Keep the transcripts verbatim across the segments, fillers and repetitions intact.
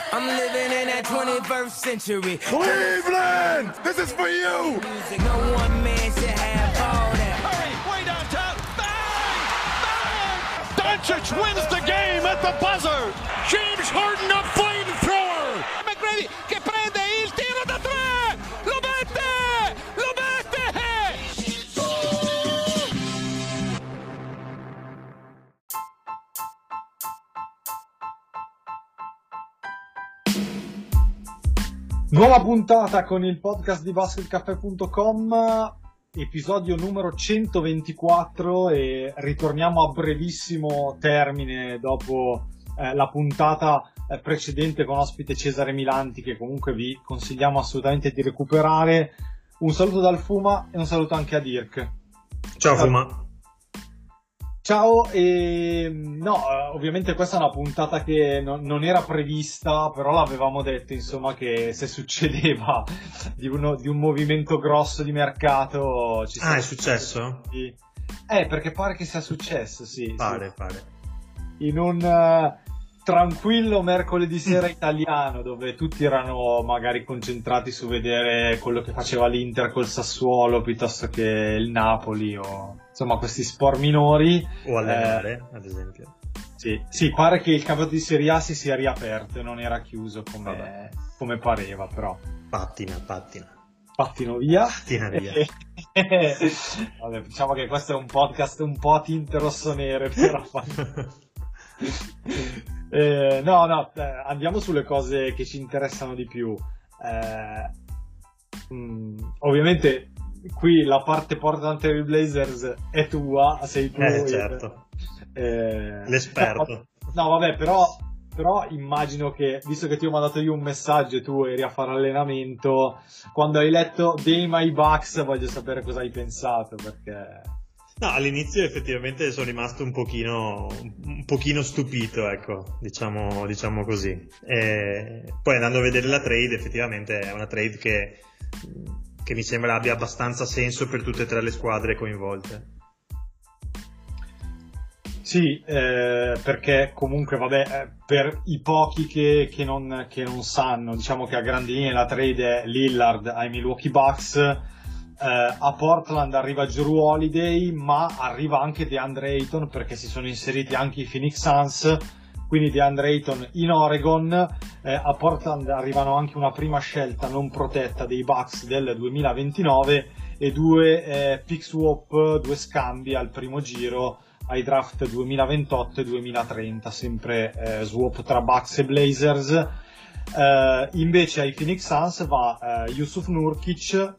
I'm living in that twenty-first century. Cleveland, this is for you. No one man should have all that. Hurry, way downtown. Bang! Bang! Doncic wins the game at the buzzer. James Harden, a flamethrower. McGrady che prende il tiro da tre. Lo mette! Lo mette! Nuova puntata con il podcast di basketcaffè punto com, episodio numero centoventiquattro, e ritorniamo a brevissimo termine dopo eh, la puntata eh, precedente con ospite Cesare Milanti, che comunque vi consigliamo assolutamente di recuperare. Un saluto dal Fuma e un saluto anche a Dirk. Ciao Fuma. Ciao, e no, ovviamente questa è una puntata che no, non era prevista, però l'avevamo detto, insomma, che se succedeva di, uno, di un movimento grosso di mercato... Ci ah, è successo? Di... Eh, perché pare che sia successo, sì. Pare, sì. pare. In un uh, tranquillo mercoledì sera italiano, dove tutti erano magari concentrati su vedere quello che faceva l'Inter col Sassuolo, piuttosto che il Napoli, o insomma questi sport minori. O allenare, eh, ad esempio. Sì, sì, pare che il campionato di Serie A si sia riaperto e non era chiuso come, come pareva, però. Pattina, pattina. Pattino via. Pattina via. Vabbè, diciamo che questo è un podcast un po' a tinte rossonere, però... eh, no, no, eh, andiamo sulle cose che ci interessano di più. Eh, mh, ovviamente qui la parte Portland Trail Blazers è tua, sei tu. Eh, certo. Eh, L'esperto. No, no, vabbè, però, però immagino che, visto che ti ho mandato io un messaggio e tu eri a fare allenamento, quando hai letto Dei My Bucks voglio sapere cosa hai pensato, perché... No, all'inizio effettivamente sono rimasto un pochino, un pochino stupito, ecco, diciamo, diciamo così. E poi andando a vedere la trade, effettivamente è una trade che, che mi sembra abbia abbastanza senso per tutte e tre le squadre coinvolte. Sì, eh, perché comunque, vabbè, per i pochi che, che, non, che non sanno, diciamo che a grandi linee la trade è Lillard ai Milwaukee Bucks. Uh, a Portland arriva Jrue Holiday, ma arriva anche DeAndre Ayton, perché si sono inseriti anche i Phoenix Suns, quindi DeAndre Ayton in Oregon. Uh, a Portland arrivano anche una prima scelta non protetta dei Bucks del duemilaventinove e due uh, pick swap, due scambi al primo giro ai draft duemilaventotto e duemilatrenta, sempre uh, swap tra Bucks e Blazers. Uh, invece ai Phoenix Suns va uh, Yusuf Nurkic,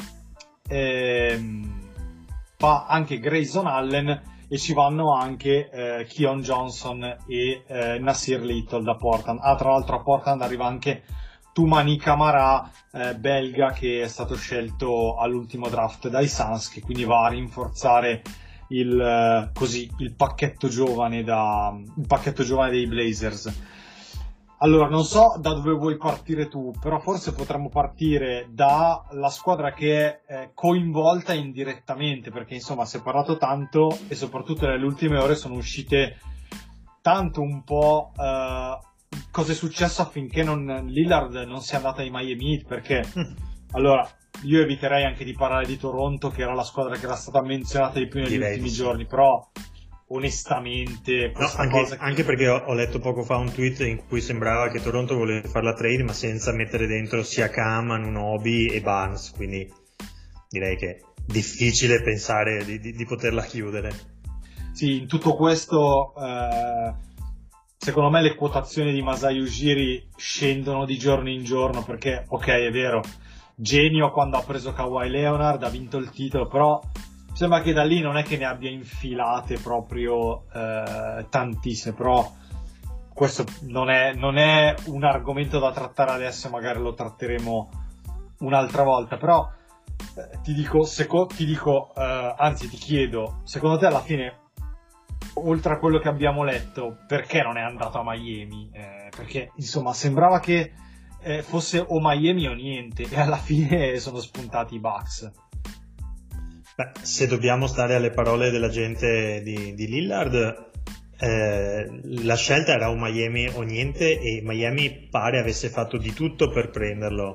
Ehm, fa anche Grayson Allen, e ci vanno anche eh, Keon Johnson e eh, Nasir Little da Portland. Ah, tra l'altro a Portland arriva anche Toumani Camara, eh, belga, che è stato scelto all'ultimo draft dai Suns, che quindi va a rinforzare il, eh, così, il pacchetto giovane da, il pacchetto giovane dei Blazers. Allora, non so da dove vuoi partire tu, però forse potremmo partire dalla squadra che è eh, coinvolta indirettamente, perché insomma si è parlato tanto e soprattutto nelle ultime ore sono uscite tanto un po' eh, cosa è successo affinché non, Lillard non sia andata ai Miami Heat, perché allora io eviterei anche di parlare di Toronto, che era la squadra che era stata menzionata di più negli Direi ultimi sì. giorni, però... onestamente no, anche, cosa che... anche perché ho, ho letto poco fa un tweet in cui sembrava che Toronto voleva fare la trade ma senza mettere dentro sia Siakam, Anunoby e Barnes, quindi direi che è difficile pensare di, di, di poterla chiudere. Sì, in tutto questo eh, secondo me le quotazioni di Masai Ujiri scendono di giorno in giorno, perché ok, è vero, genio quando ha preso Kawhi Leonard, ha vinto il titolo, però sembra che da lì non è che ne abbia infilate proprio eh, tantissime, però questo non è, non è un argomento da trattare adesso, magari lo tratteremo un'altra volta, però eh, ti dico, seco- ti dico eh, anzi ti chiedo, secondo te alla fine, oltre a quello che abbiamo letto, perché non è andato a Miami? Eh, perché insomma sembrava che eh, fosse o Miami o niente, e alla fine sono spuntati i Bucks. Beh, se dobbiamo stare alle parole della gente di, di Lillard, eh, la scelta era un Miami o niente, e Miami pare avesse fatto di tutto per prenderlo,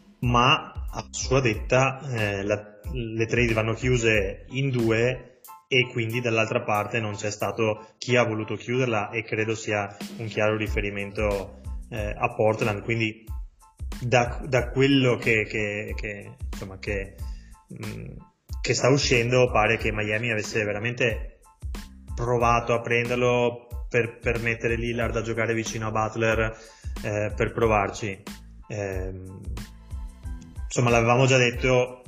ma a sua detta eh, la, le trade vanno chiuse in due, e quindi dall'altra parte non c'è stato chi ha voluto chiuderla, e credo sia un chiaro riferimento eh, a Portland. Quindi da, da quello che, che, che, insomma, che, mh, che sta uscendo, pare che Miami avesse veramente provato a prenderlo per permettere Lillard a giocare vicino a Butler, eh, per provarci. Eh, insomma, l'avevamo già detto,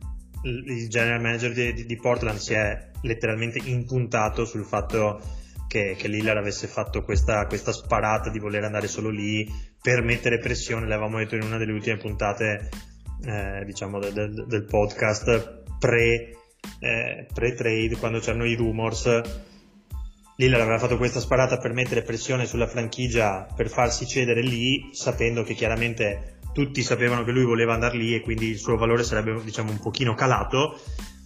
il general manager di, di Portland si è letteralmente impuntato sul fatto che, che Lillard avesse fatto questa, questa sparata di voler andare solo lì per mettere pressione. L'avevamo detto in una delle ultime puntate, eh, diciamo del, del, del podcast pre, eh, pre-trade, quando c'erano i rumors. Lillard aveva fatto questa sparata per mettere pressione sulla franchigia, per farsi cedere lì, sapendo che chiaramente tutti sapevano che lui voleva andare lì e quindi il suo valore sarebbe, diciamo, un pochino calato.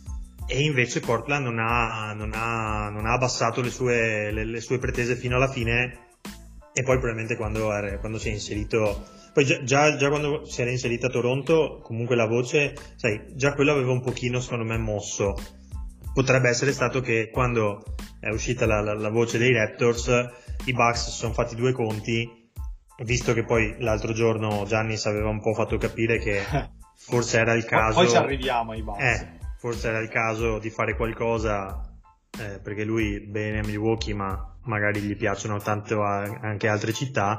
E invece Portland non ha, non ha, non ha abbassato le sue, le, le sue pretese fino alla fine, e poi probabilmente quando, era, quando si è inserito, poi già, già, già quando si era inserita Toronto, comunque la voce, sai, già quello aveva un pochino, secondo me, mosso. Potrebbe essere stato che quando è uscita la, la, la voce dei Raptors, i Bucks si sono fatti due conti, visto che poi l'altro giorno Giannis aveva un po' fatto capire che forse era il caso, poi ci arriviamo ai Bucks, eh, forse era il caso di fare qualcosa, eh, perché lui bene a Milwaukee, ma magari gli piacciono tanto a, anche altre città.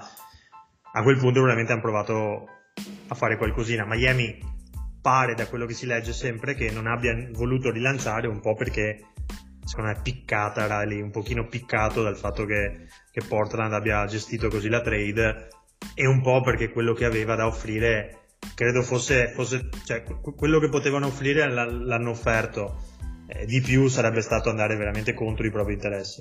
A quel punto probabilmente hanno provato a fare qualcosina. Miami pare, da quello che si legge sempre, che non abbia voluto rilanciare, un po' perché secondo me è piccata, era lì un pochino piccato dal fatto che, che Portland abbia gestito così la trade, e un po' perché quello che aveva da offrire credo fosse, fosse cioè quello che potevano offrire l'hanno offerto, eh, di più sarebbe stato andare veramente contro i propri interessi.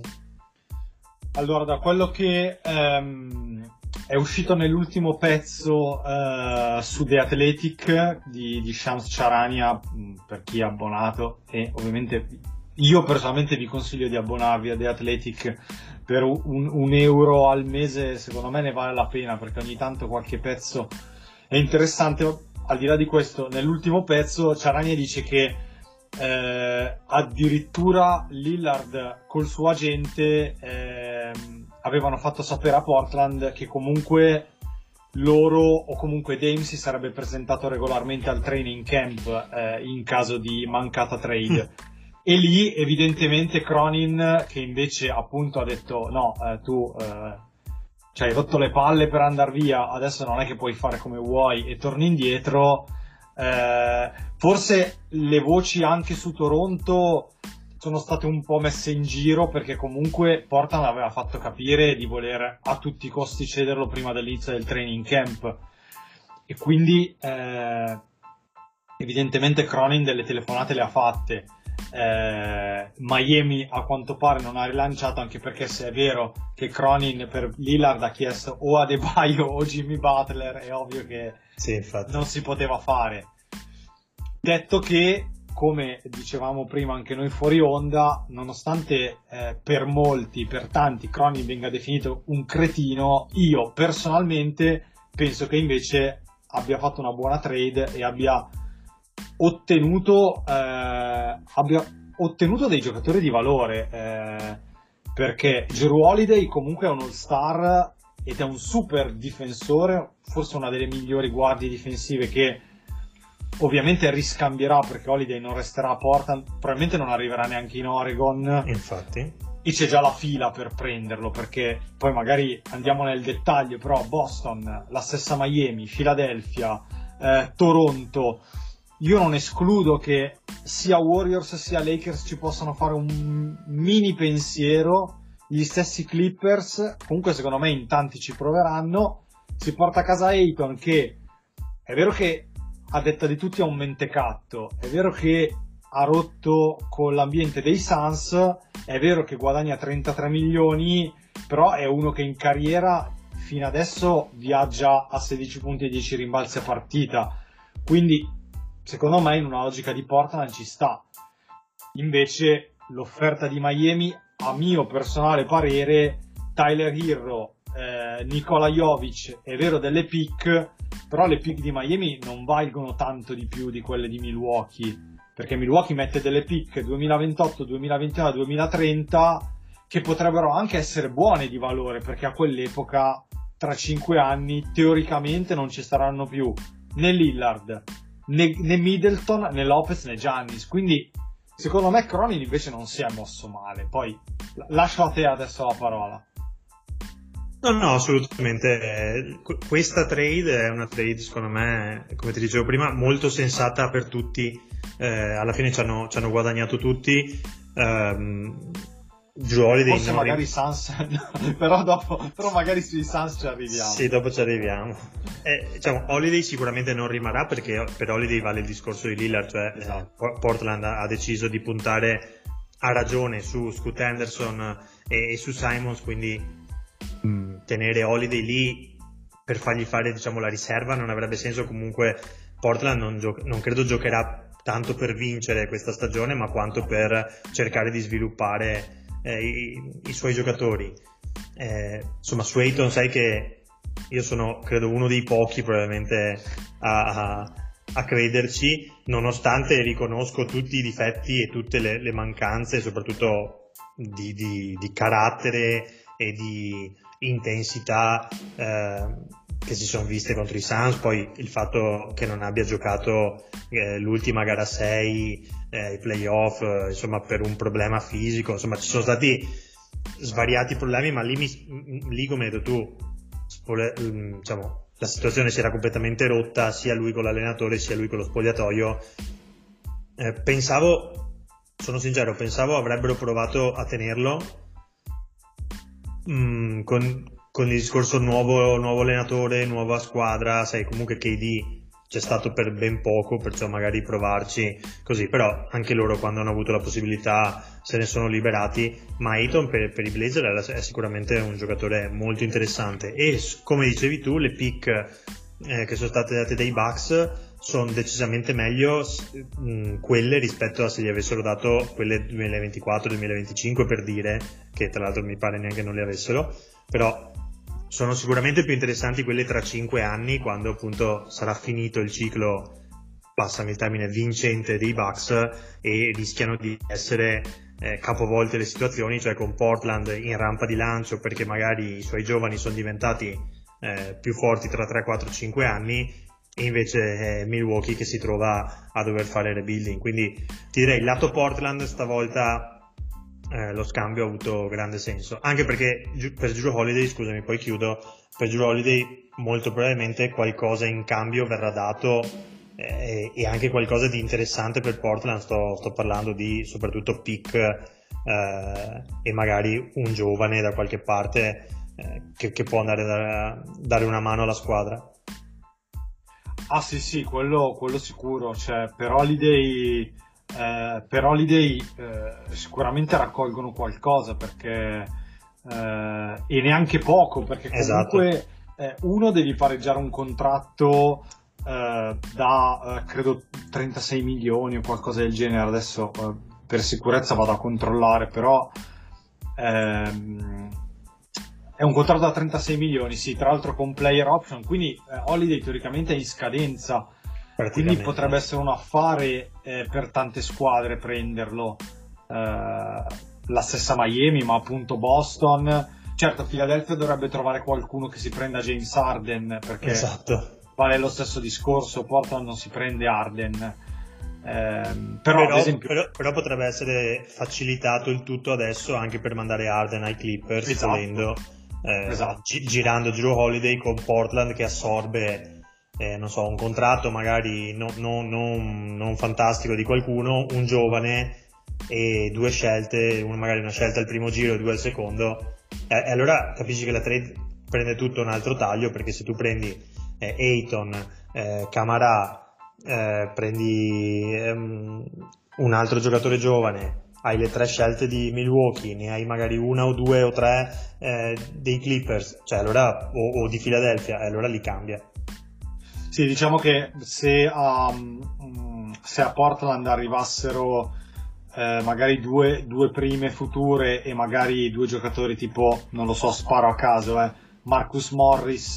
Allora, da quello che ehm, è uscito nell'ultimo pezzo eh, su The Athletic di, di Shams Charania, per chi è abbonato, e ovviamente io personalmente vi consiglio di abbonarvi a The Athletic per un, un euro al mese, secondo me ne vale la pena, perché ogni tanto qualche pezzo è interessante. Al di là di questo, nell'ultimo pezzo Charania dice che eh, addirittura Lillard col suo agente eh, avevano fatto sapere a Portland che comunque loro, o comunque Dame, si sarebbe presentato regolarmente al training camp eh, in caso di mancata trade. E lì evidentemente Cronin, che invece appunto ha detto no, eh, tu eh, ci hai rotto le palle per andare via, adesso non è che puoi fare come vuoi e torni indietro. Eh, forse le voci anche su Toronto sono state un po' messe in giro, perché comunque Portland aveva fatto capire di voler a tutti i costi cederlo prima dell'inizio del training camp, e quindi eh, evidentemente Cronin delle telefonate le ha fatte. Eh, Miami a quanto pare non ha rilanciato, anche perché se è vero che Cronin per Lillard ha chiesto o Adebayo o Jimmy Butler, è ovvio che sì, infatti, non si poteva fare. Detto che, come dicevamo prima anche noi fuori onda, nonostante eh, per molti, per tanti, Cronin venga definito un cretino, io personalmente penso che invece abbia fatto una buona trade e abbia ottenuto eh, abbia ottenuto dei giocatori di valore, eh, perché Jrue Holiday comunque è un all-star ed è un super difensore, forse una delle migliori guardie difensive, che ovviamente riscambierà, perché Holiday non resterà a Portland, probabilmente non arriverà neanche in Oregon, infatti, e c'è già la fila per prenderlo, perché poi magari andiamo nel dettaglio, però Boston, la stessa Miami, Philadelphia, eh, Toronto, io non escludo che sia Warriors sia Lakers ci possano fare un mini pensiero, gli stessi Clippers, comunque secondo me in tanti ci proveranno. Si porta a casa Ayton, che è vero che a detta di tutti è un mentecatto, è vero che ha rotto con l'ambiente dei Suns, è vero che guadagna trentatré milioni, però è uno che in carriera fino adesso viaggia a sedici punti e dieci rimbalzi a partita, quindi secondo me in una logica di Portland ci sta. Invece l'offerta di Miami a mio personale parere, Tyler Herro, eh, Nikola Jovic, è vero delle pick, però le pick di Miami non valgono tanto di più di quelle di Milwaukee, perché Milwaukee mette delle pick duemilaventotto, duemilaventuno, duemilatrenta che potrebbero anche essere buone di valore, perché a quell'epoca, tra cinque anni, teoricamente non ci saranno più né Lillard, né, né Middleton, né Lopez, né Giannis, quindi secondo me Cronin invece non si è mosso male. Poi lascio a te adesso la parola. No, no, assolutamente. Questa trade è una trade, secondo me, come ti dicevo prima, molto sensata per tutti. Eh, alla fine ci hanno, ci hanno guadagnato tutti. Um, Drew Holiday forse magari i Suns però dopo però magari sui Suns ci arriviamo. Sì, dopo ci arriviamo. Eh, diciamo, Holiday sicuramente non rimarrà, perché per Holiday vale il discorso di Lillard, cioè esatto. eh, Portland ha deciso di puntare a ragione su Scoot Henderson e, e su Simons, quindi mh, tenere Holiday lì per fargli fare, diciamo, la riserva non avrebbe senso. Comunque Portland non, gio- non credo giocherà tanto per vincere questa stagione, ma quanto per cercare di sviluppare Eh, i, i suoi giocatori. Eh, insomma, su Ayton sai che io sono, credo, uno dei pochi probabilmente a, a, a crederci, nonostante riconosco tutti i difetti e tutte le, le mancanze, soprattutto di, di, di carattere e di intensità eh, che si sono viste contro i Suns. Poi il fatto che non abbia giocato eh, l'ultima gara sei, eh, i playoff, eh, insomma, per un problema fisico, insomma ci sono stati svariati problemi, ma lì, mi, lì come hai detto tu, spole, diciamo, la situazione si era completamente rotta, sia lui con l'allenatore sia lui con lo spogliatoio. Eh, pensavo, sono sincero, pensavo avrebbero provato a tenerlo mh, con con il discorso nuovo, nuovo allenatore, nuova squadra, sai, comunque K D c'è stato per ben poco, perciò magari provarci così, però anche loro quando hanno avuto la possibilità se ne sono liberati. Ma Ayton per, per i Blazer è sicuramente un giocatore molto interessante, e come dicevi tu, le pick eh, che sono state date dai Bucks sono decisamente meglio mh, quelle rispetto a se gli avessero dato quelle duemilaventiquattro duemilaventicinque, per dire, che tra l'altro mi pare neanche non le avessero, però sono sicuramente più interessanti quelle tra cinque anni, quando appunto sarà finito il ciclo, passami il termine, vincente dei Bucks, e rischiano di essere eh, capovolte le situazioni, cioè con Portland in rampa di lancio perché magari i suoi giovani sono diventati eh, più forti tra tre, quattro, cinque anni, e invece eh, Milwaukee che si trova a dover fare rebuilding. Quindi ti direi, lato Portland stavolta Eh, lo scambio ha avuto grande senso, anche perché per Drew Holiday, scusami poi chiudo, per Drew Holiday molto probabilmente qualcosa in cambio verrà dato, eh, e anche qualcosa di interessante per Portland. Sto, sto parlando di soprattutto pick eh, e magari un giovane da qualche parte eh, che, che può andare a dare una mano alla squadra. Ah sì sì, quello, quello sicuro, cioè per Holiday Eh, per Holiday eh, sicuramente raccolgono qualcosa, perché eh, e neanche poco, perché comunque esatto. eh, uno devi pareggiare un contratto eh, da eh, credo trentasei milioni o qualcosa del genere, adesso eh, per sicurezza vado a controllare, però ehm, è un contratto da trentasei milioni, sì, tra l'altro con player option, quindi eh, Holiday teoricamente è in scadenza, quindi potrebbe essere un affare eh, per tante squadre prenderlo, eh, la stessa Miami, ma appunto Boston. Certo, Philadelphia dovrebbe trovare qualcuno che si prenda James Harden, perché esatto. vale lo stesso discorso, Portland non si prende Harden, eh, però, però, ad esempio... però, però potrebbe essere facilitato il tutto adesso anche per mandare Harden ai Clippers, esatto. volendo, eh, esatto. gi- girando Drew Holiday con Portland che assorbe Eh, non so, un contratto magari no, no, non, non fantastico di qualcuno, un giovane e due scelte, una, magari una scelta al primo giro e due al secondo, e eh, allora capisci che la trade prende tutto un altro taglio, perché se tu prendi eh, Ayton, eh, Camara, eh, prendi ehm, un altro giocatore giovane, hai le tre scelte di Milwaukee, ne hai magari una o due o tre eh, dei Clippers, cioè allora o, o di Philadelphia, e allora li cambia. Sì, diciamo che se a, se a Portland arrivassero eh, magari due, due prime future e magari due giocatori tipo, non lo so, sparo a caso, eh, Marcus Morris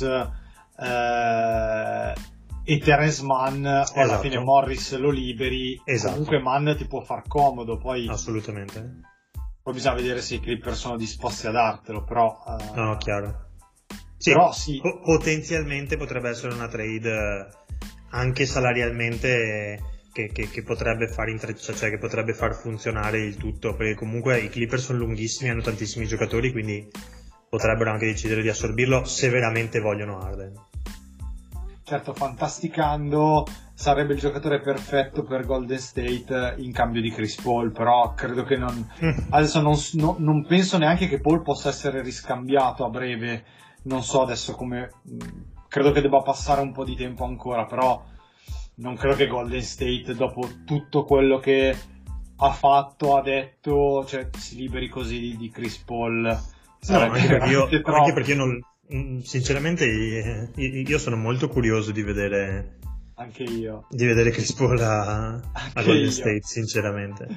eh, e Terence Mann, esatto. Alla fine Morris lo liberi, esatto. Comunque Mann ti può far comodo, poi assolutamente. Poi bisogna vedere se i Clippers sono disposti a dartelo, però uh, no, chiaro. Sì, però sì. Po- potenzialmente potrebbe essere una trade anche salarialmente che, che, che potrebbe far intreccia, cioè che potrebbe far funzionare il tutto, perché comunque i Clippers sono lunghissimi, hanno tantissimi giocatori, quindi potrebbero anche decidere di assorbirlo se veramente vogliono Harden. Certo, fantasticando sarebbe il giocatore perfetto per Golden State in cambio di Chris Paul, però credo che non adesso non, no, non penso neanche che Paul possa essere riscambiato a breve, non so adesso come, credo che debba passare un po' di tempo ancora, però non credo che Golden State dopo tutto quello che ha fatto, ha detto, cioè si liberi così di, di Chris Paul. No, anche perché io, anche perché io non, sinceramente io sono molto curioso di vedere anche io di vedere Chris Paul a, a Golden State, sinceramente.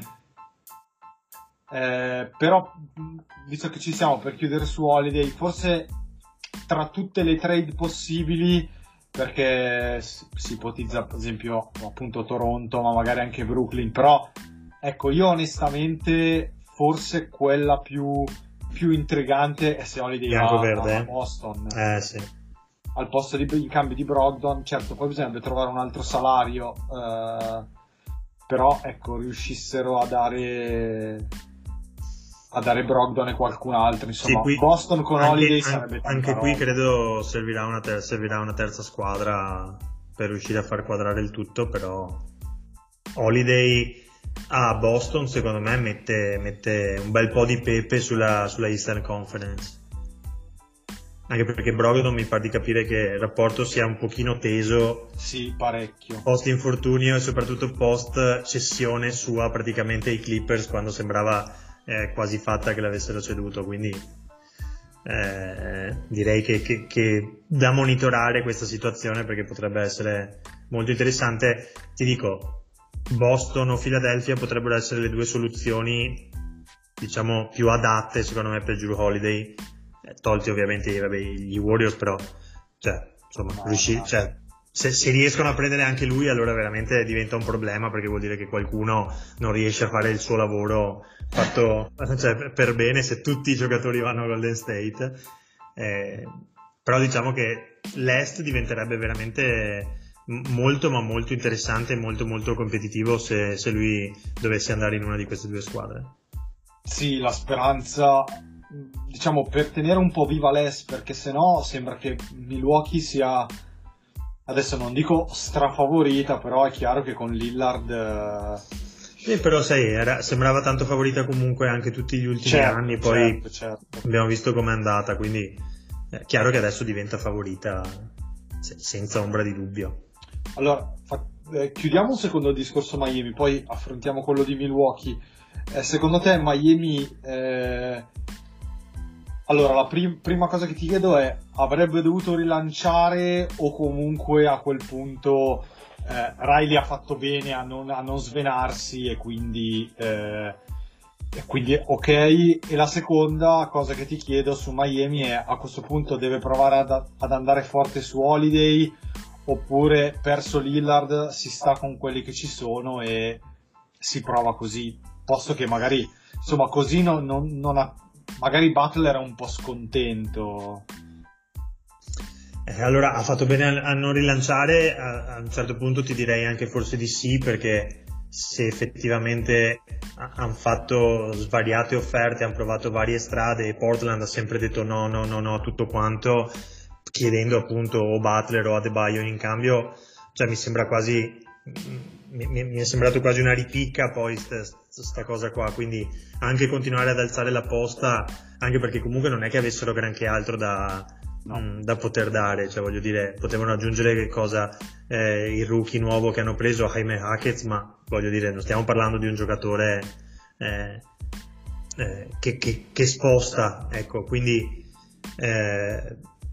Eh, però visto che ci siamo per chiudere su Holiday, forse tra tutte le trade possibili, perché si ipotizza per esempio appunto Toronto, ma magari anche Brooklyn, però ecco, io onestamente forse quella più più intrigante è se Holiday va a Boston, eh, sì. al posto di in cambio di Brogdon. Certo, poi bisognerebbe trovare un altro salario, eh, però ecco, riuscissero a dare a dare Brogdon e qualcun altro, insomma, sì, qui, Boston con anche, Holiday anche, sarebbe tanta anche qui roba. Credo servirà una, ter- servirà una terza squadra per riuscire a far quadrare il tutto, però Holiday a Boston secondo me mette, mette un bel po' di pepe sulla, sulla Eastern Conference, anche perché Brogdon mi pare di capire che il rapporto sia un pochino teso, sì, parecchio, post infortunio e soprattutto post cessione sua praticamente ai Clippers, quando sembrava eh, quasi fatta che l'avessero ceduto, quindi eh, direi che, che, che da monitorare questa situazione, perché potrebbe essere molto interessante. Ti dico, Boston o Philadelphia potrebbero essere le due soluzioni, diciamo, più adatte secondo me per Jrue Holiday, eh, tolti ovviamente vabbè, gli Warriors, però cioè, insomma, no, riusci- no. Cioè, se, se riescono a prendere anche lui, allora veramente diventa un problema, perché vuol dire che qualcuno non riesce a fare il suo lavoro fatto cioè, per bene, se tutti i giocatori vanno a Golden State. Eh, però diciamo che l'Est diventerebbe veramente molto ma molto interessante e molto molto competitivo se, se lui dovesse andare in una di queste due squadre. Sì, la speranza, diciamo, per tenere un po' viva l'Est, perché sennò sembra che Milwaukee sia, adesso non dico strafavorita, però è chiaro che con Lillard eh... sì, però sai, era, sembrava tanto favorita comunque anche tutti gli ultimi certo, anni, poi certo, certo. abbiamo visto com'è andata, quindi è chiaro che adesso diventa favorita senza ombra di dubbio. Allora, fa, eh, chiudiamo un secondo il discorso Miami, poi affrontiamo quello di Milwaukee. Eh, secondo te Miami, eh... allora la prim- prima cosa che ti chiedo è: avrebbe dovuto rilanciare, o comunque a quel punto eh, Riley ha fatto bene a non, a non svenarsi e quindi, eh, e quindi ok? E la seconda cosa che ti chiedo su Miami è: a questo punto deve provare ad, ad andare forte su Holiday, oppure perso Lillard si sta con quelli che ci sono e si prova così, posto che magari insomma così non, non, non ha, magari Butler era un po' scontento. Eh, allora ha fatto bene a, a non rilanciare, a, a un certo punto ti direi anche forse di sì, perché se effettivamente hanno fatto svariate offerte, hanno provato varie strade e Portland ha sempre detto no no no no tutto quanto, chiedendo appunto o Butler o Adebayo in cambio, cioè mi sembra quasi mi, mi è sembrato quasi una ripicca poi sta, sta cosa qua, quindi anche continuare ad alzare la posta, anche perché comunque non è che avessero granché altro da, no. mh, da poter dare, cioè voglio dire, potevano aggiungere che cosa, eh, il rookie nuovo che hanno preso, Jaime Hackett, ma voglio dire, non stiamo parlando di un giocatore eh, eh, che, che, che sposta, ecco, quindi eh,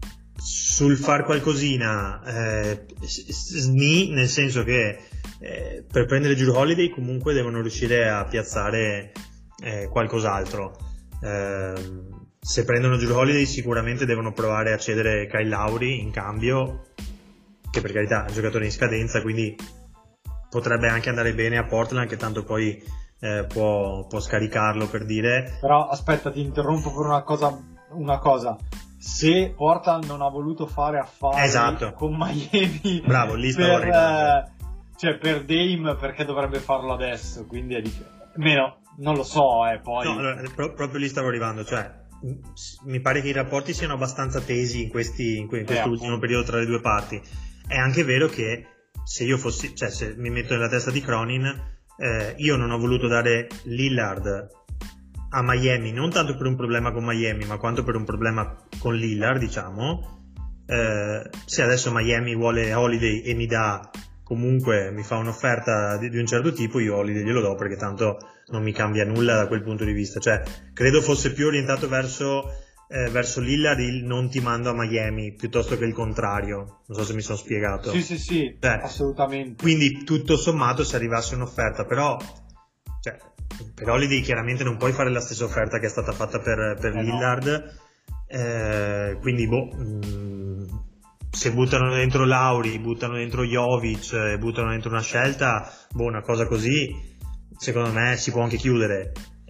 sul far qualcosina eh, sni, nel senso che eh, per prendere Jrue Holiday comunque devono riuscire a piazzare eh, qualcos'altro. Eh, se prendono Jrue Holiday sicuramente devono provare a cedere Kyle Lowry in cambio, che per carità è un giocatore in scadenza, quindi potrebbe anche andare bene a Portland, che tanto poi eh, può, può scaricarlo, per dire. Però aspetta, ti interrompo per una cosa, una cosa. Se Portland non ha voluto fare affari esatto. con Miami, bravo, lì per, eh, cioè per Dame, perché dovrebbe farlo adesso? Quindi è difficile. Meno, non lo so, eh, poi... No, allora, pro- proprio lì stavo arrivando, cioè mi pare che i rapporti siano abbastanza tesi in, questi, in, que- in questo eh, ultimo periodo tra le due parti. È anche vero che se io fossi, cioè se mi metto nella testa di Cronin, eh, io non ho voluto dare Lillard a Miami, non tanto per un problema con Miami, ma quanto per un problema con Lillard, diciamo. Eh, se adesso Miami vuole Holiday e mi dà comunque, mi fa un'offerta di, di un certo tipo, io Holiday glielo do, perché tanto non mi cambia nulla da quel punto di vista. Cioè credo fosse più orientato verso eh, verso Lillard il non ti mando a Miami, piuttosto che il contrario. Non so se mi sono spiegato. Sì sì sì, cioè, assolutamente. Quindi tutto sommato, se arrivasse un'offerta, però cioè, per Holiday chiaramente non puoi fare la stessa offerta che è stata fatta per, per eh Lillard, no. eh, quindi boh, mh, se buttano dentro Lauri, buttano dentro Jovic, eh, buttano dentro una scelta, boh, una cosa così secondo me si può anche chiudere.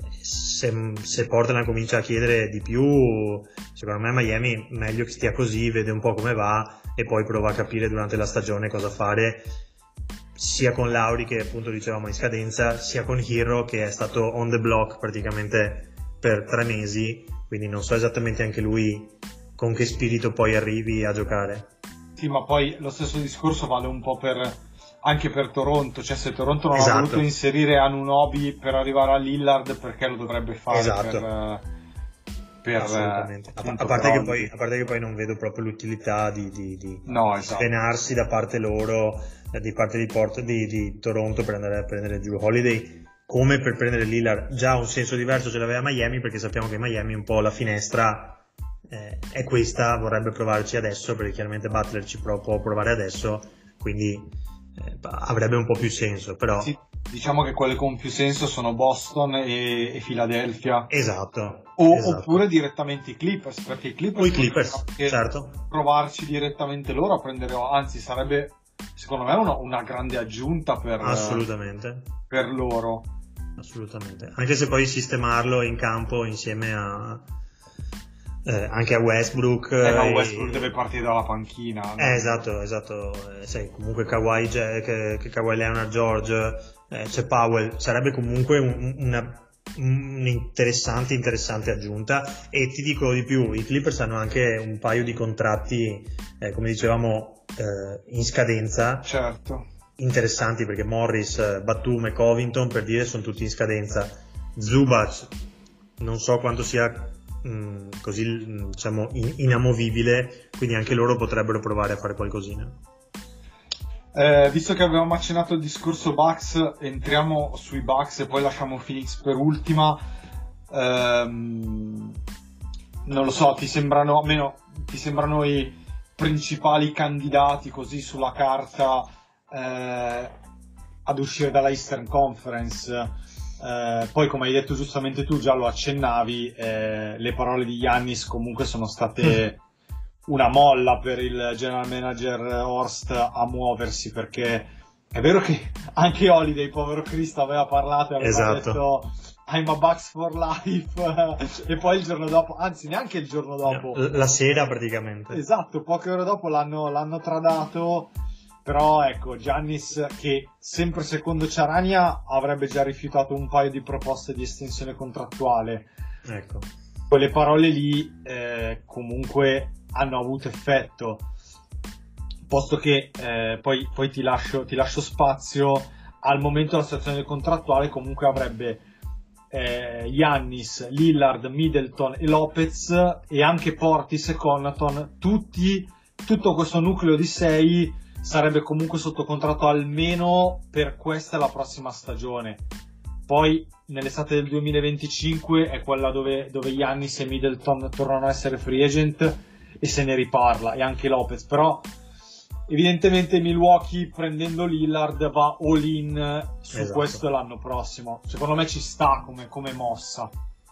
Se, se Portland comincia a chiedere di più, secondo me Miami meglio che stia così, vede un po' come va e poi prova a capire durante la stagione cosa fare, sia con Lauri, che appunto dicevamo in scadenza, sia con Hero, che è stato on the block praticamente per tre mesi, quindi non so esattamente anche lui con che spirito poi arrivi a giocare. Sì, ma poi lo stesso discorso vale un po' per anche per Toronto, cioè se Toronto non esatto. ha voluto inserire Anunoby per arrivare a Lillard, perché lo dovrebbe fare esatto. per, per assolutamente. A, a, parte che poi, a parte che poi non vedo proprio l'utilità di, di, di no, esatto. svenarsi da parte loro, di parte di, Port, di, di Toronto, per andare a prendere Jrue Holiday, come per prendere Lillard. Già un senso diverso ce l'aveva Miami, perché sappiamo che Miami un po' la finestra eh, è questa, vorrebbe provarci adesso, perché chiaramente Butler ci può provare adesso, quindi eh, avrebbe un po' più senso. Però sì, diciamo che quelle con più senso sono Boston e, e Philadelphia, esatto, o, esatto. oppure direttamente i Clippers, perché i Clippers, o i Clippers certo. provarci direttamente loro a prendere, anzi sarebbe secondo me una, una grande aggiunta per, assolutamente per loro, assolutamente, anche se poi sistemarlo in campo insieme a eh, anche a Westbrook, eh, no, e... Westbrook deve partire dalla panchina, no? eh, esatto esatto eh, sai, comunque Kawhi, che, che Kawhi Leonard, George, eh, c'è Powell, sarebbe comunque un, una un'interessante interessante aggiunta. E ti dico di più, i Clippers hanno anche un paio di contratti eh, come dicevamo eh, in scadenza, certo, interessanti, perché Morris, Batum e Covington, per dire, sono tutti in scadenza. Zubac non so quanto sia mh, così mh, diciamo in- inamovibile, quindi anche loro potrebbero provare a fare qualcosina. Eh, visto che avevamo accennato il discorso Bucks, entriamo sui Bucks e poi lasciamo Phoenix per ultima. Ehm, non lo so, ti sembrano, almeno ti sembrano i principali candidati così sulla carta eh, ad uscire dalla Eastern Conference? Eh, poi, come hai detto giustamente tu, già lo accennavi, eh, le parole di Giannis comunque sono state una molla per il general manager Horst a muoversi, perché è vero che anche Holiday, povero Cristo, aveva parlato e aveva esatto. detto I'm a Bucks for life e poi il giorno dopo, anzi neanche il giorno dopo, la sera praticamente, esatto, poche ore dopo l'hanno, l'hanno tradato. Però ecco, Giannis, che sempre secondo Ciarania avrebbe già rifiutato un paio di proposte di estensione contrattuale, ecco, quelle parole lì eh, comunque hanno avuto effetto, posto che eh, poi, poi ti lascio, ti lascio spazio. Al momento della situazione contrattuale comunque avrebbe eh, Giannis, Lillard, Middleton e Lopez, e anche Portis e Connaughton, tutti, tutto questo nucleo di sei sarebbe comunque sotto contratto almeno per questa e la prossima stagione. Poi nell'estate del duemilaventicinque è quella dove, dove Giannis e Middleton tornano a essere free agent, e se ne riparla, e anche Lopez, però evidentemente Milwaukee, prendendo Lillard, va all in su esatto. questo l'anno prossimo. Secondo me ci sta come, come mossa.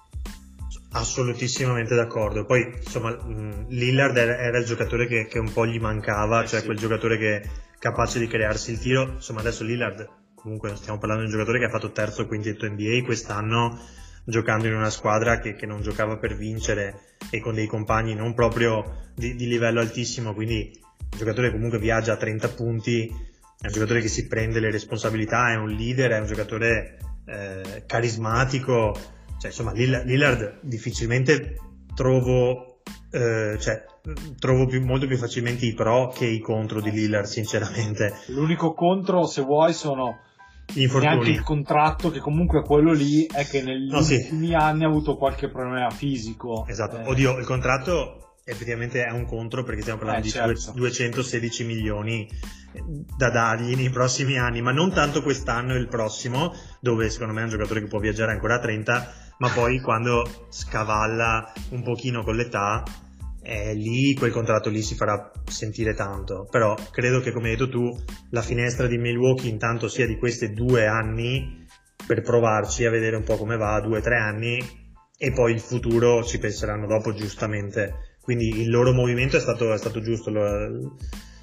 Assolutissimamente d'accordo. Poi insomma Lillard era, era il giocatore che, che un po' gli mancava, eh cioè sì. quel giocatore che è capace di crearsi il tiro. Insomma adesso Lillard, comunque stiamo parlando di un giocatore che ha fatto terzo o quintetto N B A quest'anno, giocando in una squadra che, che non giocava per vincere e con dei compagni non proprio di, di livello altissimo, quindi un giocatore che comunque viaggia a trenta punti, è un giocatore che si prende le responsabilità, è un leader, è un giocatore eh, carismatico. Cioè, insomma, Lillard difficilmente trovo, eh, cioè, trovo più, molto più facilmente i pro che i contro di Lillard, sinceramente. L'unico contro, se vuoi, sono neanche il contratto, che comunque quello lì è che negli no, sì. ultimi anni ha avuto qualche problema fisico. Esatto, eh. oddio, il contratto effettivamente è un contro, perché stiamo parlando eh, di certo. duecentosedici milioni da dargli nei prossimi anni, ma non tanto quest'anno e il prossimo, dove secondo me è un giocatore che può viaggiare ancora a trenta, ma poi quando scavalla un pochino con l'età, eh, lì quel contratto lì si farà sentire tanto. Però credo che, come hai detto tu, la finestra di Milwaukee intanto sia di questi due anni per provarci a vedere un po' come va, due o tre anni, e poi il futuro ci penseranno dopo, giustamente. Quindi il loro movimento è stato, è stato giusto. Lo,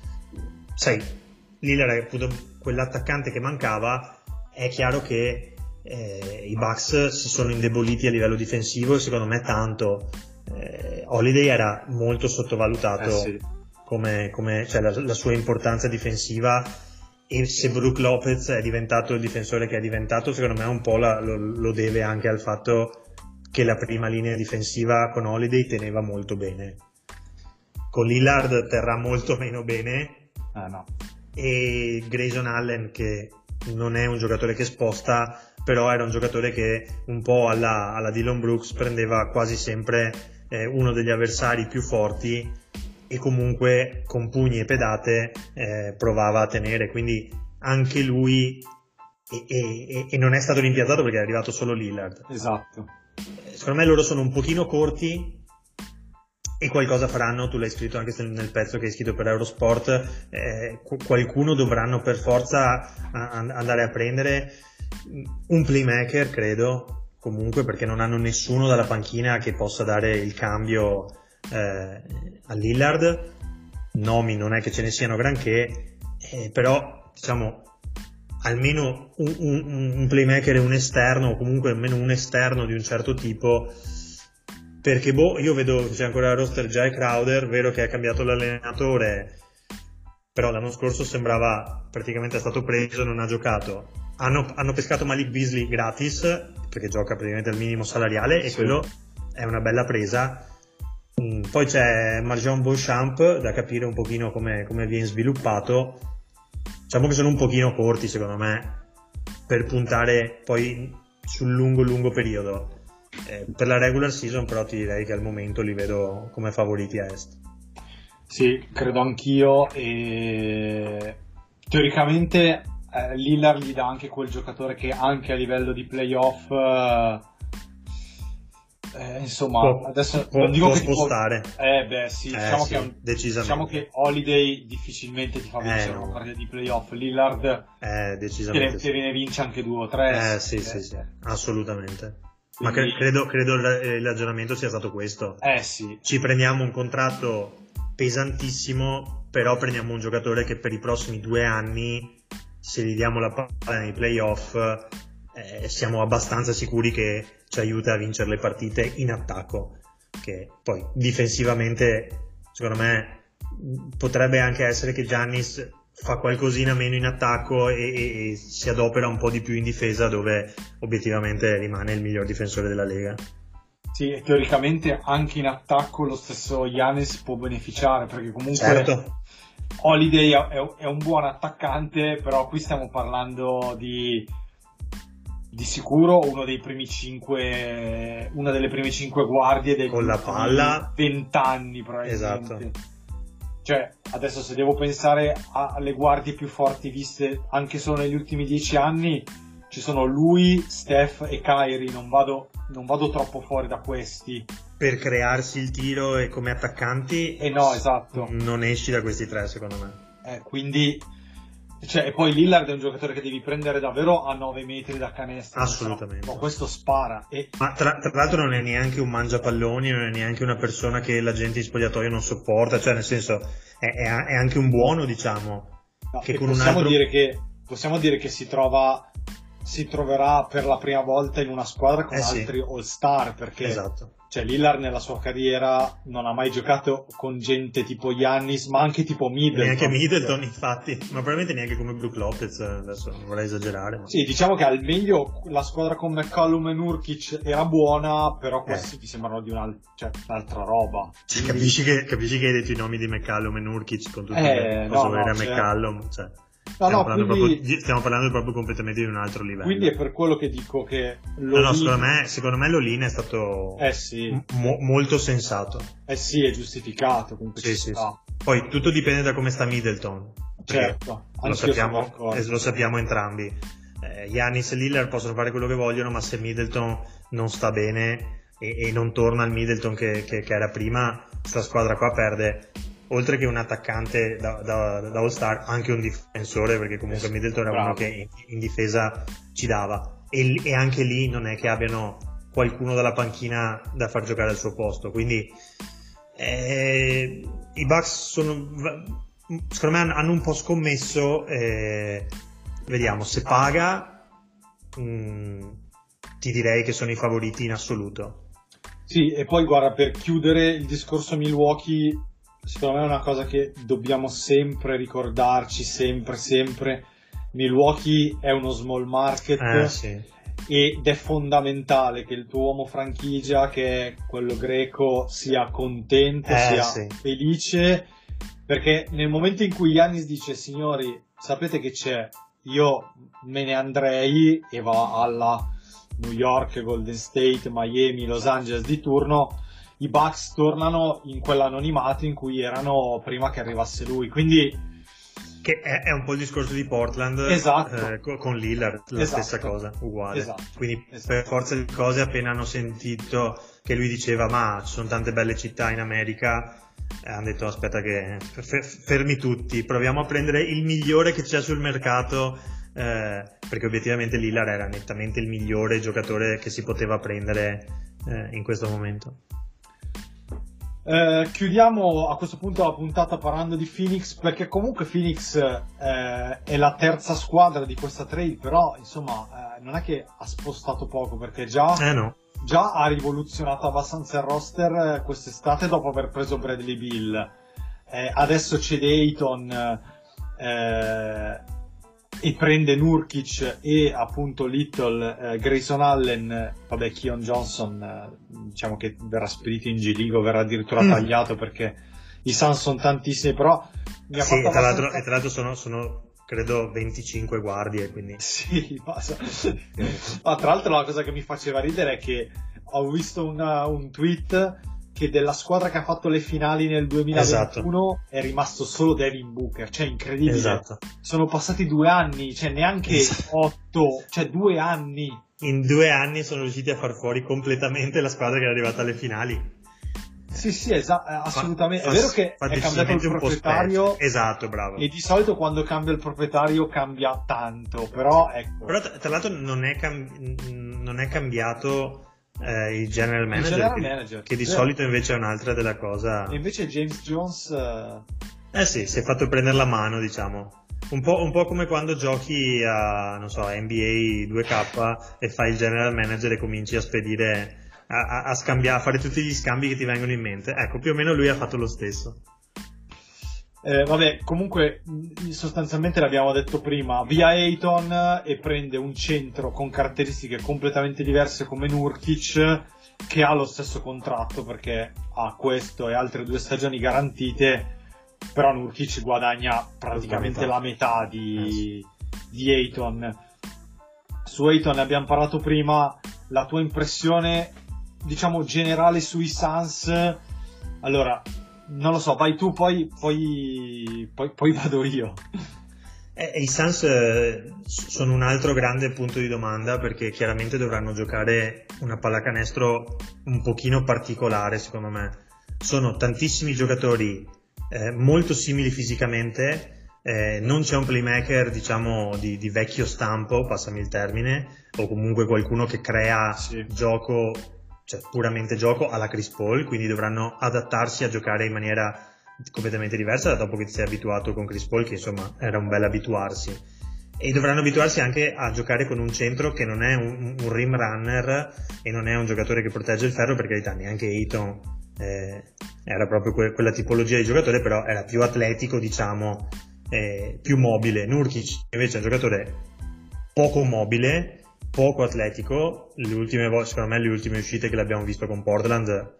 sai, Lillard è appunto quell'attaccante che mancava. È chiaro che eh, i Bucks si sono indeboliti a livello difensivo, e secondo me tanto. eh, Holiday era molto sottovalutato, eh sì. come, come cioè la, la sua importanza difensiva, e se Brook Lopez è diventato il difensore che è diventato, secondo me un po' la, lo, lo deve anche al fatto che la prima linea difensiva con Holiday teneva molto bene. Con Lillard terrà molto meno bene, eh, no. e Grayson Allen, che non è un giocatore che sposta, però era un giocatore che un po' alla, alla Dillon Brooks prendeva quasi sempre eh, uno degli avversari più forti, e comunque con pugni e pedate eh, provava a tenere, quindi anche lui, e, e, e non è stato rimpiazzato perché è arrivato solo Lillard. Esatto. Secondo me loro sono un pochino corti, e qualcosa faranno. Tu l'hai scritto anche nel pezzo che hai scritto per Eurosport, eh, qualcuno dovranno per forza a, a andare a prendere, un playmaker, credo, comunque, perché non hanno nessuno dalla panchina che possa dare il cambio eh, a Lillard. Nomi non è che ce ne siano granché, eh, però diciamo almeno un, un, un playmaker e un esterno, o comunque almeno un esterno di un certo tipo, perché boh, io vedo che c'è ancora il roster Jay Crowder, vero che ha cambiato l'allenatore, però l'anno scorso sembrava praticamente è stato preso, non ha giocato. Hanno, hanno pescato Malik Beasley gratis, perché gioca praticamente al minimo salariale, e sì. quello è una bella presa. Mm, poi c'è Marjon Beauchamp, da capire un pochino come, come viene sviluppato. Diciamo che sono un pochino corti, secondo me, per puntare poi sul lungo lungo periodo. Eh, per la regular season però ti direi che al momento li vedo come favoriti a est. Sì, credo anch'io, e teoricamente eh, Lillard gli dà anche quel giocatore che anche a livello di playoff eh, eh, insomma può, adesso può, non dico può che spostare può, eh beh sì, eh, diciamo, sì, che un, diciamo che Holiday difficilmente ti fa vincere eh, no. una partita di playoff. Lillard eh, decisamente te, te ne vince anche due o tre, eh, sì, sì, sì, assolutamente. Quindi... ma cre- credo, credo il, il ragionamento sia stato questo. Eh sì. Ci prendiamo un contratto pesantissimo, però prendiamo un giocatore che per i prossimi due anni, se gli diamo la palla nei playoff, eh, siamo abbastanza sicuri che ci aiuta a vincere le partite in attacco, che poi difensivamente secondo me potrebbe anche essere che Giannis fa qualcosina meno in attacco e, e, e si adopera un po' di più in difesa, dove obiettivamente rimane il miglior difensore della Lega. Sì, e teoricamente anche in attacco lo stesso Giannis può beneficiare, perché comunque certo. Holiday è, è un buon attaccante, però qui stiamo parlando di di sicuro uno dei primi cinque, una delle prime cinque guardie dei con la palla vent'anni probabilmente. Esatto. Cioè, adesso se devo pensare alle guardie più forti viste anche solo negli ultimi dieci anni, ci sono lui, Steph e Kyrie, non vado, non vado troppo fuori da questi. per crearsi il tiro e come attaccanti, e no, esatto, non esci da questi tre secondo me. Eh, quindi, cioè, e poi Lillard è un giocatore che devi prendere davvero a nove metri da canestro. Assolutamente. No, questo spara. E... Ma tra, tra l'altro non è neanche un mangiapalloni, non è neanche una persona che la gente in spogliatoio non sopporta, cioè nel senso è, è, è anche un buono, diciamo. No, che con possiamo, un altro... dire che, possiamo dire che si trova si troverà per la prima volta in una squadra con eh altri sì. all-star, perché esatto. Cioè Lillard nella sua carriera non ha mai giocato con gente tipo Giannis, ma anche tipo Middleton. Neanche Middleton, infatti, ma probabilmente neanche come Brook Lopez, adesso non vorrei esagerare. Ma... Sì, diciamo che al meglio la squadra con McCollum e Nurkic era buona, però questi eh. mi sembrano di un'al- cioè, un'altra roba. Cioè, capisci, che, capisci che hai detto i nomi di McCallum e Nurkic con tutti eh, i no, no, a cioè... McCallum, cioè... No, stiamo, no, parlando quindi... proprio, stiamo parlando proprio completamente di un altro livello. Quindi è per quello che dico che no, no, secondo me, secondo me Lolin è stato eh sì. mo- molto sensato. Eh sì, è giustificato comunque. Sì, sì, sì. Poi tutto dipende da come sta Middleton. Certo, lo sappiamo, eh, lo sappiamo entrambi. Eh, Giannis e Lillard possono fare quello che vogliono, ma se Middleton non sta bene e, e non torna al Middleton che, che, che era prima, sta squadra qua perde. Oltre che un attaccante da, da, da all-star, anche un difensore, perché comunque Middleton era Bravo. uno che in, in difesa ci dava, e, e anche lì non è che abbiano qualcuno dalla panchina da far giocare al suo posto, quindi eh, i Bucks sono, secondo me hanno un po' scommesso, eh, vediamo se paga, mh, ti direi che sono i favoriti in assoluto. Sì, e poi guarda, per chiudere il discorso Milwaukee, secondo me è una cosa che dobbiamo sempre ricordarci, sempre, sempre. Milwaukee è uno small market eh, sì. ed è fondamentale che il tuo uomo franchigia, che è quello greco, sia contento, eh, sia sì. felice, perché nel momento in cui Giannis dice signori, sapete che c'è, io me ne andrei, e va alla New York, Golden State, Miami, Los Angeles di turno, i Bucks tornano in quell'anonimato in cui erano prima che arrivasse lui, quindi che è, è un po' il discorso di Portland, esatto. eh, con Lillard, la esatto. stessa cosa, uguale. Esatto. Quindi esatto. per forza di cose, appena hanno sentito che lui diceva ma ci sono tante belle città in America, eh, hanno detto aspetta che f- fermi tutti, proviamo a prendere il migliore che c'è sul mercato, eh, perché obiettivamente Lillard era nettamente il migliore giocatore che si poteva prendere eh, in questo momento. Eh, chiudiamo a questo punto la puntata parlando di Phoenix, perché comunque Phoenix eh, è la terza squadra di questa trade, però insomma eh, non è che ha spostato poco, perché già, eh no. già ha rivoluzionato abbastanza il roster eh, quest'estate dopo aver preso Bradley Beal, eh, adesso c'è Dayton eh, e prende Nurkic e appunto Little, eh, Grayson Allen, vabbè Keon Johnson eh, diciamo che verrà spedito in G League o verrà addirittura mm. tagliato, perché i Suns sono tantissimi, però mi ha sì, fatto tra abbastanza... l'altro, e tra l'altro sono, sono credo venticinque guardie, quindi sì, ma, ma tra l'altro la cosa che mi faceva ridere è che ho visto una, un tweet che della squadra che ha fatto le finali nel duemilaventuno esatto. è rimasto solo Devin Booker, cioè incredibile. Esatto. Sono passati due anni, cioè neanche esatto. otto, cioè due anni. In due anni sono riusciti a far fuori completamente la squadra che era arrivata alle finali. Sì, sì, esatto, assolutamente. Fa, è vero che è cambiato il proprietario. Esatto, bravo. E di solito quando cambia il proprietario cambia tanto, però ecco. Però tra, tra l'altro non è, cam- non è cambiato eh, il general manager, il general che, manager, che di vero. solito invece è un'altra della cosa. E invece James Jones... Uh... Eh sì, si è fatto prendere la mano, diciamo. Un po', un po' come quando giochi a, non so, a N B A due K e fai il general manager e cominci a spedire... A, a scambiare, a fare tutti gli scambi che ti vengono in mente. Ecco, più o meno lui ha fatto lo stesso. Eh, vabbè, comunque sostanzialmente l'abbiamo detto prima, via Ayton e prende un centro con caratteristiche completamente diverse come Nurkic, che ha lo stesso contratto perché ha questo e altre due stagioni garantite, però Nurkic guadagna praticamente la metà di, di Ayton. Su Ayton ne abbiamo parlato prima, la tua impressione diciamo generale sui Suns? Allora non lo so, vai tu, poi poi poi, poi vado io. E i Suns eh, sono un altro grande punto di domanda, perché chiaramente dovranno giocare una pallacanestro un pochino particolare, secondo me. Sono tantissimi giocatori eh, molto simili fisicamente, eh, non c'è un playmaker diciamo di, di vecchio stampo, passami il termine, o comunque qualcuno che crea sì. gioco, cioè puramente gioco alla Chris Paul, quindi dovranno adattarsi a giocare in maniera completamente diversa dopo che ti sei abituato con Chris Paul, che insomma era un bel abituarsi, e dovranno abituarsi anche a giocare con un centro che non è un, un rim runner e non è un giocatore che protegge il ferro, per carità, neanche Ayton eh, era proprio que- quella tipologia di giocatore, però era più atletico, diciamo, eh, più mobile. Nurkic invece è un giocatore poco mobile, poco atletico. Le ultime volte, secondo me, le ultime uscite che l'abbiamo visto con Portland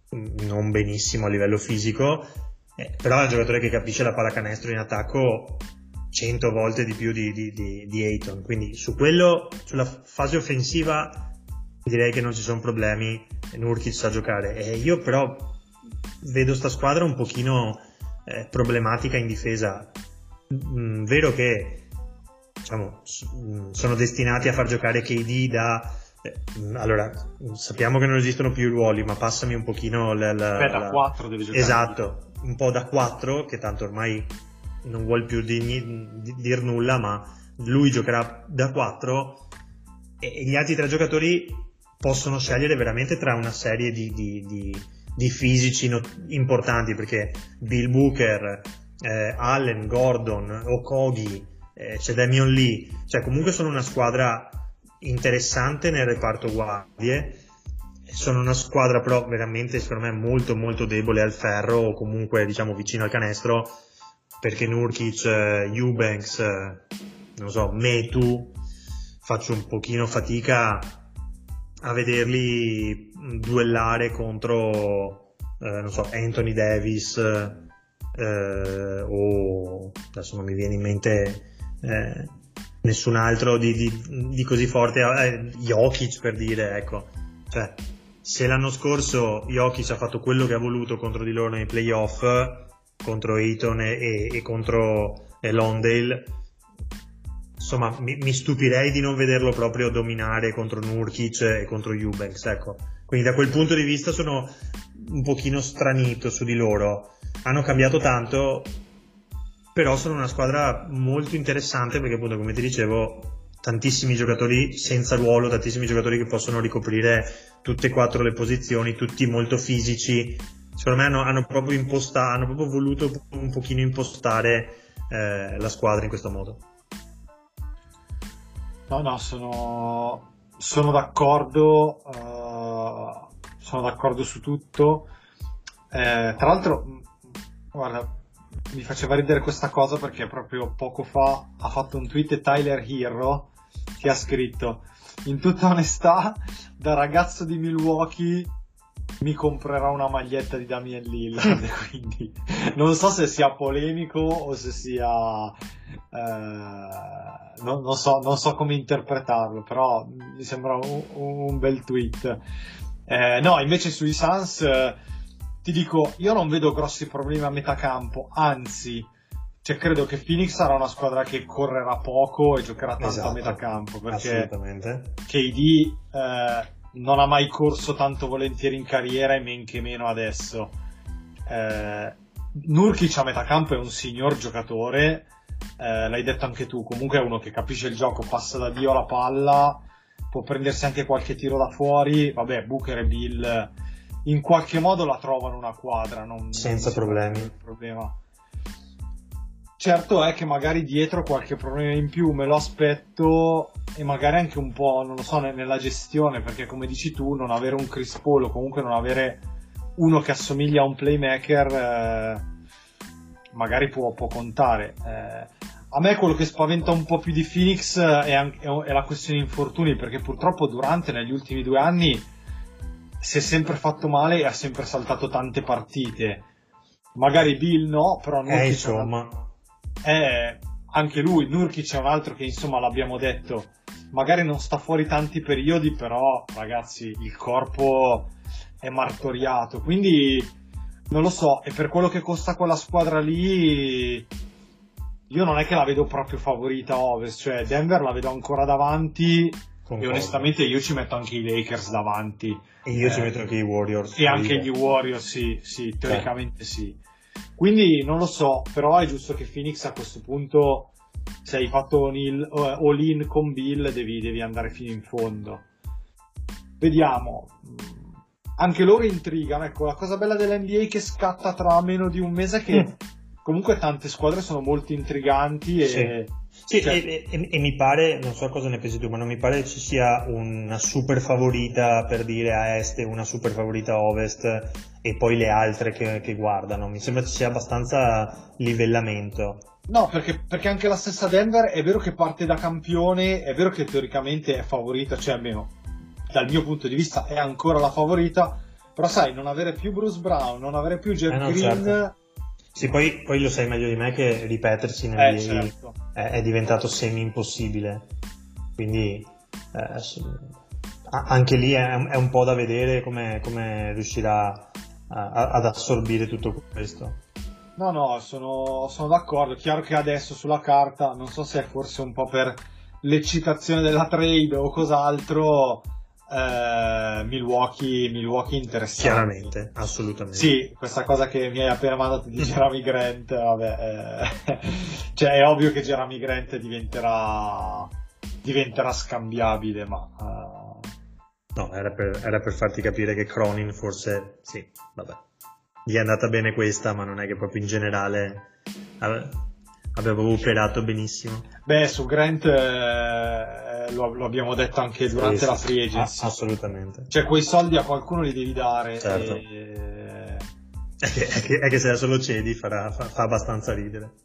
non benissimo a livello fisico, eh, però è un giocatore che capisce la pallacanestro in attacco cento volte di più di, di, di, di Ayton, quindi su quello, sulla fase offensiva direi che non ci sono problemi, Nurkic sa giocare, e io però vedo sta squadra un pochino eh, problematica in difesa. Mm, vero che diciamo sono destinati a far giocare K D da eh, allora sappiamo che non esistono più i ruoli, ma passami un pochino la, la, Beh, da la... quattro deve giocare, esatto, un po' da quattro, che tanto ormai non vuol più di, di, dir nulla, ma lui giocherà da quattro, e, e gli altri tre giocatori possono scegliere veramente tra una serie di, di, di, di fisici no, importanti, perché Bill Booker, eh, Allen, Gordon, Okogie, eh, c'è Damian Lee, cioè comunque sono una squadra interessante nel reparto guardie. Sono una squadra però veramente secondo me molto molto debole al ferro, o comunque diciamo vicino al canestro, perché Nurkic, eh, Eubanks, eh, non so, Metu, faccio un pochino fatica a vederli duellare contro eh, non so, Anthony Davis eh, o adesso non mi viene in mente eh, nessun altro di, di, di così forte, eh, Jokic per dire, ecco, cioè se l'anno scorso Jokic ha fatto quello che ha voluto contro di loro nei playoff, contro Ayton e, e, e contro eh, Londale, insomma mi, mi stupirei di non vederlo proprio dominare contro Nurkic e contro Eubanks, ecco. Quindi da quel punto di vista sono un pochino stranito su di loro. Hanno cambiato tanto, però sono una squadra molto interessante, perché appunto, come ti dicevo, tantissimi giocatori senza ruolo, tantissimi giocatori che possono ricoprire tutte e quattro le posizioni, tutti molto fisici. Secondo me hanno, hanno proprio imposta, hanno proprio voluto un pochino impostare eh, la squadra in questo modo. No, no, sono, sono d'accordo, uh, sono d'accordo su tutto. Eh, tra l'altro, guarda, mi faceva ridere questa cosa perché proprio poco fa ha fatto un tweet Tyler Hero che ha scritto: in tutta onestà, da ragazzo di Milwaukee mi comprerò una maglietta di Damian Lillard. Quindi non so se sia polemico o se sia eh, non, non so non so come interpretarlo, però mi sembra un, un bel tweet. Eh, no, invece sui Suns eh, ti dico, io non vedo grossi problemi a metà campo, anzi, cioè credo che Phoenix sarà una squadra che correrà poco e giocherà tanto esatto, a metà campo, perché assolutamente. K D eh, non ha mai corso tanto volentieri in carriera, e men che meno adesso. eh, Nurkic a metà campo è un signor giocatore, eh, l'hai detto anche tu, comunque è uno che capisce il gioco, passa da Dio la palla, può prendersi anche qualche tiro da fuori. Vabbè, Booker e Bill in qualche modo la trovano una quadra, non, senza non problemi. Il problema certo è che magari dietro qualche problema in più me lo aspetto, e magari anche un po', non lo so, nella gestione, perché come dici tu, non avere un Chris Paul o comunque non avere uno che assomiglia a un playmaker eh, magari può, può contare. Eh, a me quello che spaventa un po' più di Phoenix è, anche, è la questione infortuni, perché purtroppo Durant negli ultimi due anni si è sempre fatto male e ha sempre saltato tante partite. Magari Bill no, però Nurkic eh, insomma è anche lui. Nurkic è un altro che, insomma, l'abbiamo detto, magari non sta fuori tanti periodi, però ragazzi il corpo è martoriato, quindi non lo so, e per quello che costa quella squadra lì io non è che la vedo proprio favorita a Ovest, cioè Denver la vedo ancora davanti. Concordo. E onestamente io ci metto anche i Lakers davanti. E io eh, ci metto anche i Warriors. E anche gli Warriors, sì, sì, teoricamente eh. sì. Quindi non lo so, però è giusto che Phoenix a questo punto, se hai fatto all-in, all-in con Bill, devi, devi andare fino in fondo. Vediamo. Anche loro intrigano, ecco, la cosa bella dell'N B A che scatta tra meno di un mese è che mm. comunque tante squadre sono molto intriganti e... Sì. Sì, cioè... e, e, e mi pare, non so cosa ne pensi tu, ma non mi pare che ci sia una super favorita per dire a est e una super favorita a ovest e poi le altre che, che guardano. Mi sembra ci sia abbastanza livellamento. No, perché, perché anche la stessa Denver è vero che parte da campione, è vero che teoricamente è favorita, cioè almeno dal mio punto di vista è ancora la favorita, però sai, non avere più Bruce Brown, non avere più Jeff eh no, Green... Certo. Sì, poi, poi lo sai meglio di me che ripetersi nel eh, certo. è, è diventato semi impossibile, quindi eh, anche lì è, è un po' da vedere come, come riuscirà a, ad assorbire tutto questo. No, no, sono, sono d'accordo. Chiaro che adesso sulla carta, non so se è forse un po' per l'eccitazione della trade o cos'altro, eh, Milwaukee, Milwaukee interessante. Chiaramente, assolutamente. Sì, questa cosa che mi hai appena mandato di Jeremy Grant, vabbè, eh, cioè è ovvio che Jeremy Grant diventerà, diventerà scambiabile, ma... Uh... No, era per, era per farti capire che Cronin forse, sì, vabbè, gli è andata bene questa, ma non è che proprio in generale aveva operato benissimo. Beh, su Grant eh, lo, lo abbiamo detto anche durante sì, la free agency. Assolutamente. Cioè quei soldi a qualcuno li devi dare. Certo. E... È, che, è, che, è che se adesso lo cedi farà, fa, fa abbastanza ridere.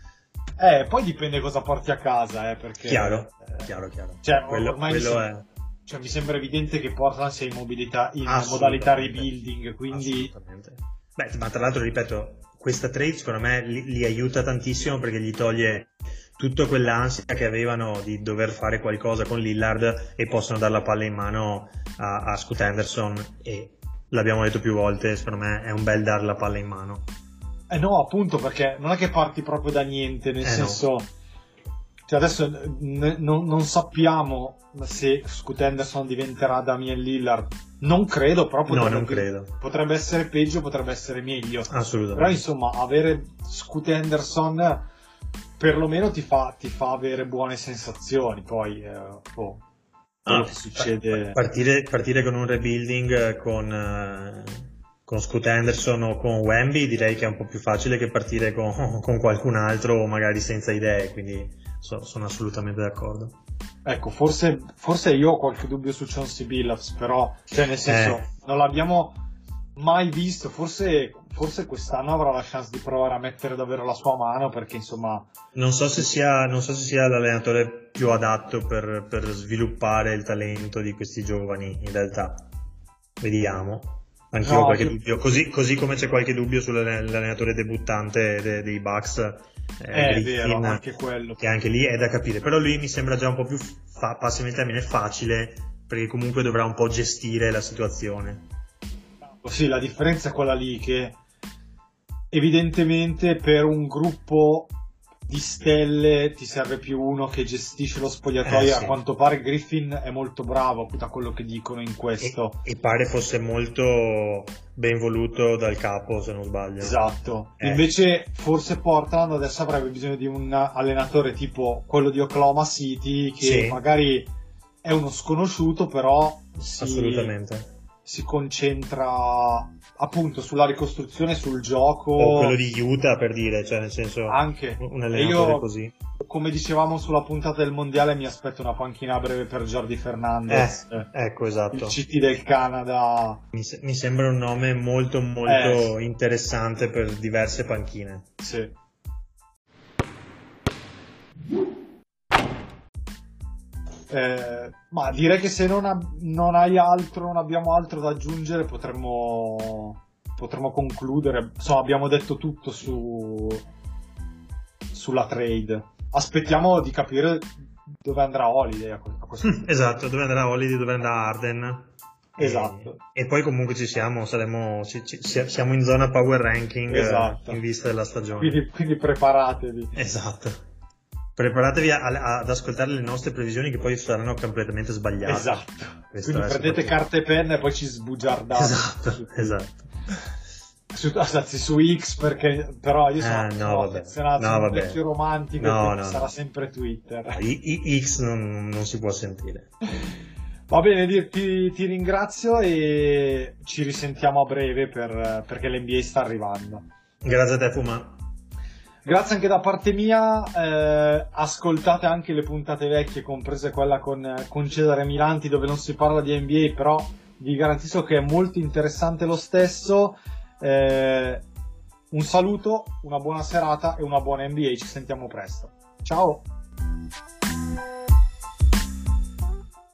Eh, poi dipende cosa porti a casa, eh, perché... Chiaro, eh, chiaro, chiaro. Cioè, quello, ormai quello mi, è... sembra, cioè, mi sembra evidente che Portland sia in, mobilità, in modalità rebuilding, quindi... Assolutamente. Beh, ma tra l'altro, ripeto, questa trade secondo me li, li aiuta tantissimo perché gli toglie tutta quell'ansia che avevano di dover fare qualcosa con Lillard e possono dare la palla in mano a, a Scoot Henderson e l'abbiamo detto più volte, secondo me è un bel dar la palla in mano. Eh no, appunto, perché non è che parti proprio da niente, nel eh senso... No. Cioè adesso n- n- non sappiamo se Scoot Henderson diventerà Damian Lillard, non credo, però potrebbe, no, non credo. potrebbe essere peggio, potrebbe essere meglio. Assolutamente. Però insomma avere Scoot Henderson perlomeno ti fa, ti fa avere buone sensazioni, poi eh, oh, quello ah, che succede... Partire, partire con un rebuilding con... Uh... con Scoot Henderson o con Wemby direi che è un po' più facile che partire con, con qualcun altro o magari senza idee, quindi so, sono assolutamente d'accordo. Ecco, forse, forse io ho qualche dubbio su Chauncey Billups, però cioè nel senso eh. non l'abbiamo mai visto, forse, forse quest'anno avrà la chance di provare a mettere davvero la sua mano, perché insomma non so se sia, non so se sia l'allenatore più adatto per, per sviluppare il talento di questi giovani, in realtà vediamo. Anch'io no, ho qualche io... dubbio, così, così come c'è qualche dubbio sull'allenatore debuttante dei, dei Bucks, eh, è Griffin, vero, anche quello. Che anche lì è da capire, però lui mi sembra già un po' più, fa, passami il termine, facile, perché comunque dovrà un po' gestire la situazione. Sì, la differenza è quella lì, che evidentemente per un gruppo di stelle ti serve più uno che gestisce lo spogliatoio. Eh, sì. A quanto pare Griffin è molto bravo da quello che dicono in questo e, e pare fosse molto ben voluto dal capo, se non sbaglio. Esatto. eh. Invece forse Portland adesso avrebbe bisogno di un allenatore tipo quello di Oklahoma City, che sì. magari è uno sconosciuto, però si, assolutamente si concentra appunto sulla ricostruzione, sul gioco. O quello di Utah, per dire, cioè nel senso anche un allenatore io, così. Come dicevamo sulla puntata del mondiale, mi aspetto una panchina a breve per Jordi Fernandez, eh, ecco, esatto, il C T del Canada. Mi, se- mi sembra un nome molto molto eh. interessante per diverse panchine. Sì. Eh, ma direi che se non, ha, non hai altro, non abbiamo altro da aggiungere, potremmo potremmo concludere. Insomma, abbiamo detto tutto su sulla trade. Aspettiamo di capire dove andrà Holiday a questo punto. Esatto, dove andrà Holiday, dove andrà Harden. Esatto. E, e poi comunque ci siamo, saremo, ci, ci, siamo in zona power ranking, esatto, in vista della stagione. Quindi, quindi preparatevi. Esatto. Preparatevi a, a, ad ascoltare le nostre previsioni che poi saranno completamente sbagliate. Esatto. Questo quindi prendete carta e penna e poi ci sbugiardate. Esatto, esatto. Su, anzi, su X, perché però io sono, eh, no, sono vabbè. affezionato, no, sono un vabbè. vecchio romantico, no, quindi no, sarà no. sempre Twitter. I, I, X non, non si può sentire. Va bene, ti, ti ringrazio e ci risentiamo a breve per, perché l'N B A sta arrivando. Grazie a te, Fuma. Grazie anche da parte mia, eh, ascoltate anche le puntate vecchie, comprese quella con, con Cesare Milanti, dove non si parla di N B A, però vi garantisco che è molto interessante lo stesso. Eh, un saluto, una buona serata e una buona N B A, ci sentiamo presto. Ciao!